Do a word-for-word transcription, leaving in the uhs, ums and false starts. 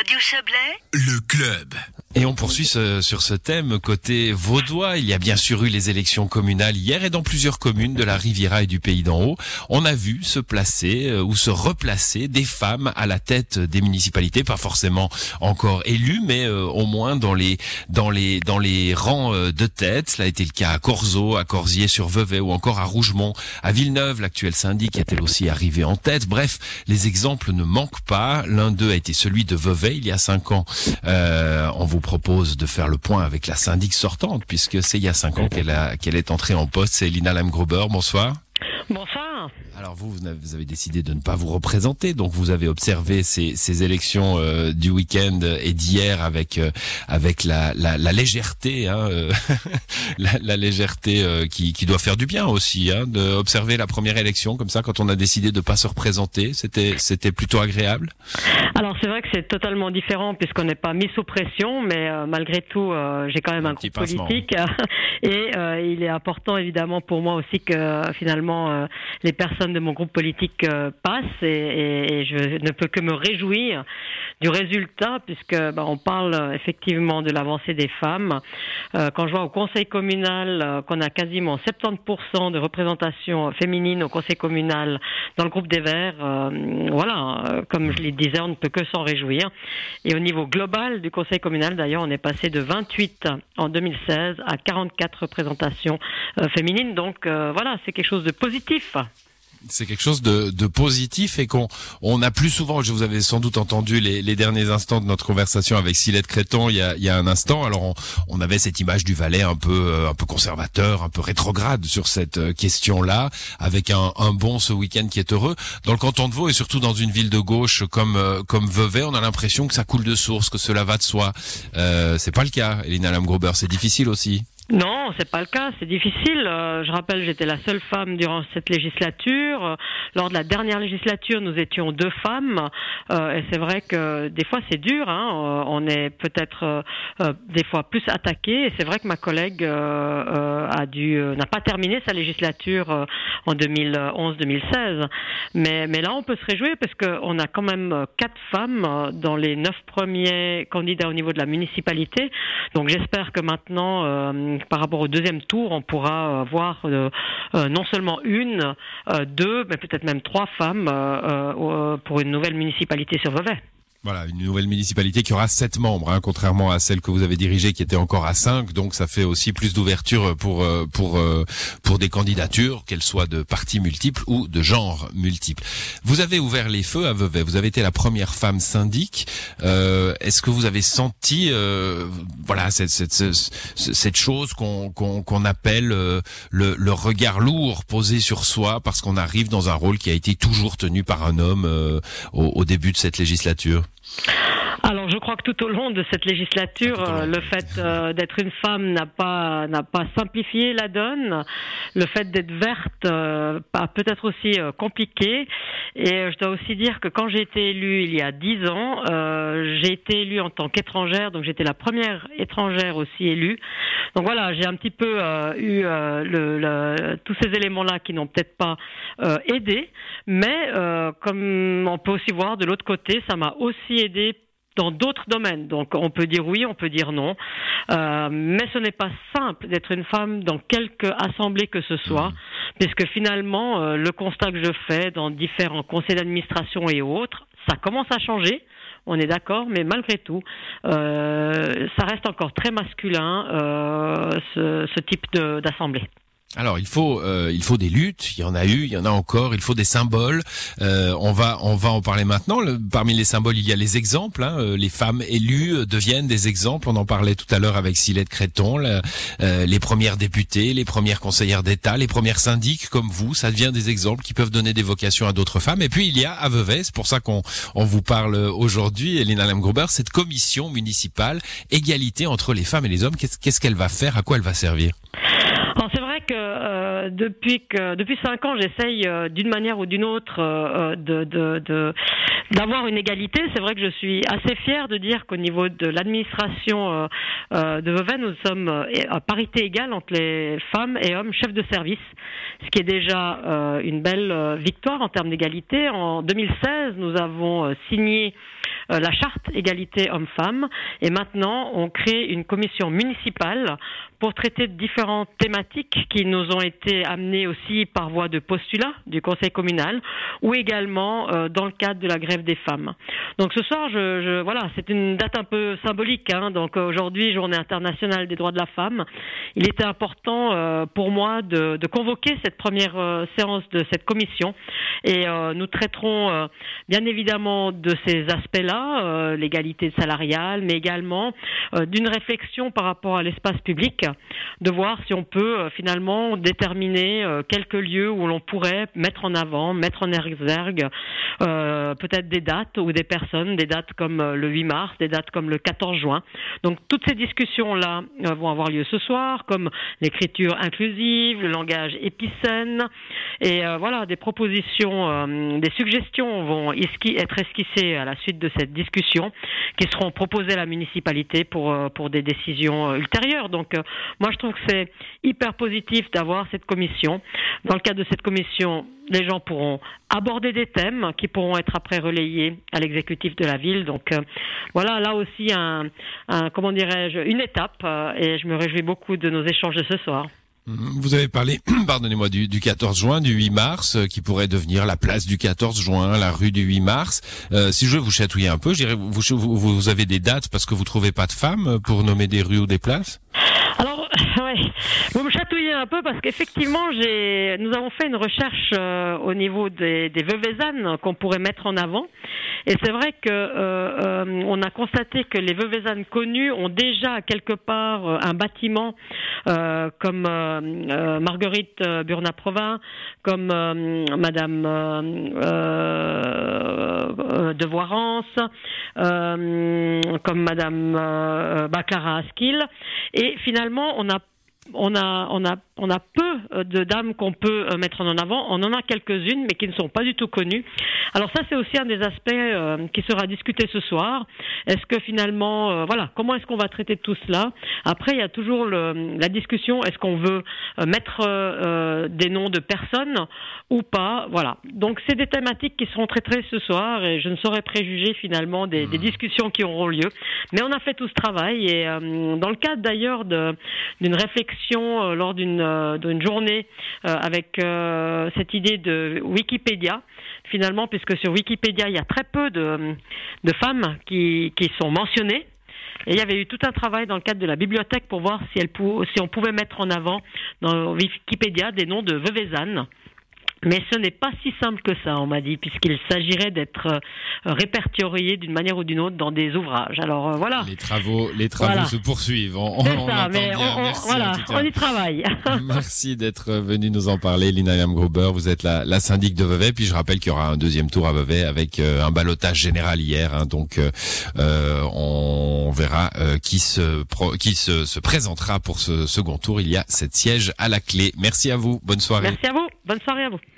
Radio Chablais, le club. Et on poursuit ce, sur ce thème côté vaudois. Il y a bien sûr eu les élections communales hier et dans plusieurs communes de la Riviera et du Pays d'en Haut, on a vu se placer euh, ou se replacer des femmes à la tête des municipalités, pas forcément encore élues, mais euh, au moins dans les dans les dans les rangs euh, de tête. Cela a été le cas à Corzo, à Corzier-sur-Vevey ou encore à Rougemont, à Villeneuve. L'actuelle syndic est elle aussi arrivée en tête. Bref, les exemples ne manquent pas. L'un d'eux a été celui de Vevey il y a cinq ans. Euh, on vous propose de faire le point avec la syndic sortante, puisque c'est il y a cinq ans qu'elle a, qu'elle est entrée en poste. C'est Lina Lamgruber. Bonsoir. Bonsoir. Alors vous, vous avez décidé de ne pas vous représenter, donc vous avez observé ces, ces élections euh, du week-end et d'hier avec euh, avec la, la, la légèreté, hein, euh, la, la légèreté euh, qui, qui doit faire du bien aussi, hein, d'observer la première élection comme ça quand on a décidé de pas se représenter. C'était c'était plutôt agréable. Alors c'est vrai que c'est totalement différent puisqu'on n'est pas mis sous pression, mais euh, malgré tout, euh, j'ai quand même un, un groupe politique et euh, il est important évidemment pour moi aussi que euh, finalement euh, les personnes de mon groupe politique euh, passent et, et, et je ne peux que me réjouir du résultat puisque bah, on parle euh, effectivement de l'avancée des femmes. Euh, quand je vois au conseil communal euh, qu'on a quasiment soixante-dix pour cent de représentation féminine au conseil communal dans le groupe des Verts, euh, voilà, euh, comme je le disais, on ne peut que s'en réjouir. Et au niveau global du conseil communal, d'ailleurs, on est passé de vingt-huit en deux mille seize à quarante-quatre représentations euh, féminines. Donc euh, voilà, c'est quelque chose de positif. C'est quelque chose de, de positif et qu'on on a plus souvent. Je vous avais sans doute entendu les, les derniers instants de notre conversation avec Silette Créton il y a, il y a un instant. Alors on, on avait cette image du Valais un peu un peu conservateur, un peu rétrograde sur cette question-là, avec un, un bon ce week-end qui est heureux. Dans le canton de Vaud et surtout dans une ville de gauche comme comme Vevey, on a l'impression que ça coule de source, que cela va de soi. Euh, c'est pas le cas, Lina Lamgruber. C'est difficile aussi. Non, c'est pas le cas, c'est difficile. Euh, je rappelle, j'étais la seule femme durant cette législature. Euh, lors de la dernière législature, nous étions deux femmes. Euh, et c'est vrai que des fois, c'est dur. Hein. Euh, on est peut-être euh, euh, des fois plus attaqué. Et c'est vrai que ma collègue euh, euh, a dû euh, n'a pas terminé sa législature euh, en deux mille onze deux mille seize. Mais, mais là, on peut se réjouir parce qu'on a quand même quatre femmes dans les neuf premiers candidats au niveau de la municipalité. Donc j'espère que maintenant... Euh, par rapport au deuxième tour, on pourra voir euh, euh, non seulement une, euh, deux, mais peut-être même trois femmes euh, euh, pour une nouvelle municipalité sur Vevey. Voilà, une nouvelle municipalité qui aura sept membres, hein, contrairement à celle que vous avez dirigée qui était encore à cinq. Donc ça fait aussi plus d'ouverture pour pour pour des candidatures, qu'elles soient de partis multiples ou de genres multiples. Vous avez ouvert les feux à Vevey. Vous avez été la première femme syndic. Euh, est-ce que vous avez senti, euh, voilà, cette cette cette, cette chose qu'on qu'on qu'on appelle euh, le le regard lourd posé sur soi parce qu'on arrive dans un rôle qui a été toujours tenu par un homme euh, au, au début de cette législature? Alors, je crois que tout au long de cette législature, ah, le fait euh, d'être une femme n'a pas n'a pas simplifié la donne. Le fait d'être verte euh, a peut-être aussi euh, compliqué. Et je dois aussi dire que quand j'ai été élue il y a dix ans, euh, j'ai été élue en tant qu'étrangère, donc j'étais la première étrangère aussi élue. Donc voilà, j'ai un petit peu euh, eu euh, le, le, tous ces éléments-là qui n'ont peut-être pas euh, aidé, mais euh, comme on peut aussi voir de l'autre côté, ça m'a aussi aidé dans d'autres domaines. Donc on peut dire oui, on peut dire non, euh, mais ce n'est pas simple d'être une femme dans quelque assemblée que ce soit, mmh. puisque finalement euh, le constat que je fais dans différents conseils d'administration et autres, ça commence à changer. On est d'accord, mais malgré tout, euh, ça reste encore très masculin, euh, ce, ce type de, d'assemblée. Alors il faut euh, il faut des luttes, il y en a eu, il y en a encore, il faut des symboles. Euh, on va on va en parler maintenant. Le, parmi les symboles, il y a les exemples. Hein, les femmes élues deviennent des exemples. On en parlait tout à l'heure avec Silette Créton. La, euh, les premières députées, les premières conseillères d'État, les premières syndics comme vous, ça devient des exemples qui peuvent donner des vocations à d'autres femmes. Et puis il y a à Vevey, c'est pour ça qu'on on vous parle aujourd'hui, Lina Lamgruber, cette commission municipale égalité entre les femmes et les hommes. Qu'est-ce, qu'est-ce qu'elle va faire, à quoi elle va servir? Alors c'est vrai que euh, depuis que depuis cinq ans, j'essaye euh, d'une manière ou d'une autre euh, de, de, de d'avoir une égalité. C'est vrai que je suis assez fière de dire qu'au niveau de l'administration euh, euh, de Vevey, nous sommes euh, à parité égale entre les femmes et hommes chefs de service, ce qui est déjà euh, une belle euh, victoire en termes d'égalité. En deux mille seize, nous avons euh, signé euh, la charte égalité homme-femme. Et maintenant, on crée une commission municipale pour traiter de différentes thématiques qui nous ont été amenées aussi par voie de postulat du conseil communal ou également euh, dans le cadre de la grève des femmes. Donc ce soir, je, je, voilà, c'est une date un peu symbolique. Hein, donc aujourd'hui, journée internationale des droits de la femme. Il était important euh, pour moi de, de convoquer cette première euh, séance de cette commission et euh, nous traiterons euh, bien évidemment de ces aspects-là, euh, l'égalité salariale, mais également euh, d'une réflexion par rapport à l'espace public, de voir si on peut euh, finalement déterminer euh, quelques lieux où l'on pourrait mettre en avant, mettre en exergue euh, peut-être des dates ou des personnes, des dates comme euh, le huit mars, des dates comme le quatorze juin. Donc toutes ces discussions-là euh, vont avoir lieu ce soir, comme l'écriture inclusive, le langage épicène, et euh, voilà, des propositions, euh, des suggestions vont esqui- être esquissées à la suite de cette discussion, qui seront proposées à la municipalité pour euh, pour des décisions euh, ultérieures. Donc euh, moi je trouve que c'est hyper positif d'avoir cette commission. Dans le cadre de cette commission, les gens pourront aborder des thèmes qui pourront être après relayés à l'exécutif de la ville. Donc euh, voilà, là aussi un, un comment dirais-je, une étape euh, et je me réjouis beaucoup de nos échanges de ce soir. Vous avez parlé, pardonnez-moi, du, du quatorze juin, du huit mars, euh, qui pourrait devenir la place du quatorze juin, la rue du huit mars. Euh, si je veux vous chatouiller un peu, je dirais, vous, vous, vous avez des dates parce que vous trouvez pas de femmes pour nommer des rues ou des places? Alors, ouais, vous me chatouillez un peu parce qu'effectivement, j'ai, nous avons fait une recherche euh, au niveau des, des veuvezannes qu'on pourrait mettre en avant. Et c'est vrai que euh, euh, on a constaté que les veuvezannes connues ont déjà quelque part euh, un bâtiment euh, comme euh, euh, Marguerite euh, Burna-Provin, comme euh, Madame euh, euh, de Voirance, euh, comme Madame euh, Baclara Askil. Et finalement, on a On a, on a, on a peu de dames qu'on peut mettre en avant. On en a quelques-unes, mais qui ne sont pas du tout connues. Alors ça, c'est aussi un des aspects euh, qui sera discuté ce soir. Est-ce que finalement, euh, voilà, comment est-ce qu'on va traiter de tout cela? Après, il y a toujours le, la discussion. Est-ce qu'on veut euh, mettre euh, des noms de personnes ou pas? Voilà. Donc, c'est des thématiques qui seront traitées ce soir, et je ne saurais préjuger finalement des, des discussions qui auront lieu. Mais on a fait tout ce travail, et euh, dans le cadre d'ailleurs de, d'une réflexion euh, lors d'une, euh, d'une journée euh, avec euh, cette idée de Wikipédia, finalement, puisque sur Wikipédia, il y a très peu de, de femmes qui, qui sont mentionnées. Et il y avait eu tout un travail dans le cadre de la bibliothèque pour voir si, elle pou- si on pouvait mettre en avant dans Wikipédia des noms de veuvezannes. Mais ce n'est pas si simple que ça, on m'a dit, puisqu'il s'agirait d'être euh, répertorié d'une manière ou d'une autre dans des ouvrages. Alors euh, voilà. Les travaux, les travaux voilà. se poursuivent. On, on, C'est on ça, entend mais bien. on, on, Merci, voilà, on y travaille. Merci d'être venu nous en parler, Lina Gruber. Vous êtes la, la syndic de Vevey. Puis je rappelle qu'il y aura un deuxième tour à Vevey avec euh, un ballottage général hier. Hein, donc euh, on verra euh, qui se pro, qui se, se présentera pour ce second tour. Il y a sept sièges à la clé. Merci à vous. Bonne soirée. Merci à vous. Bonne soirée à vous.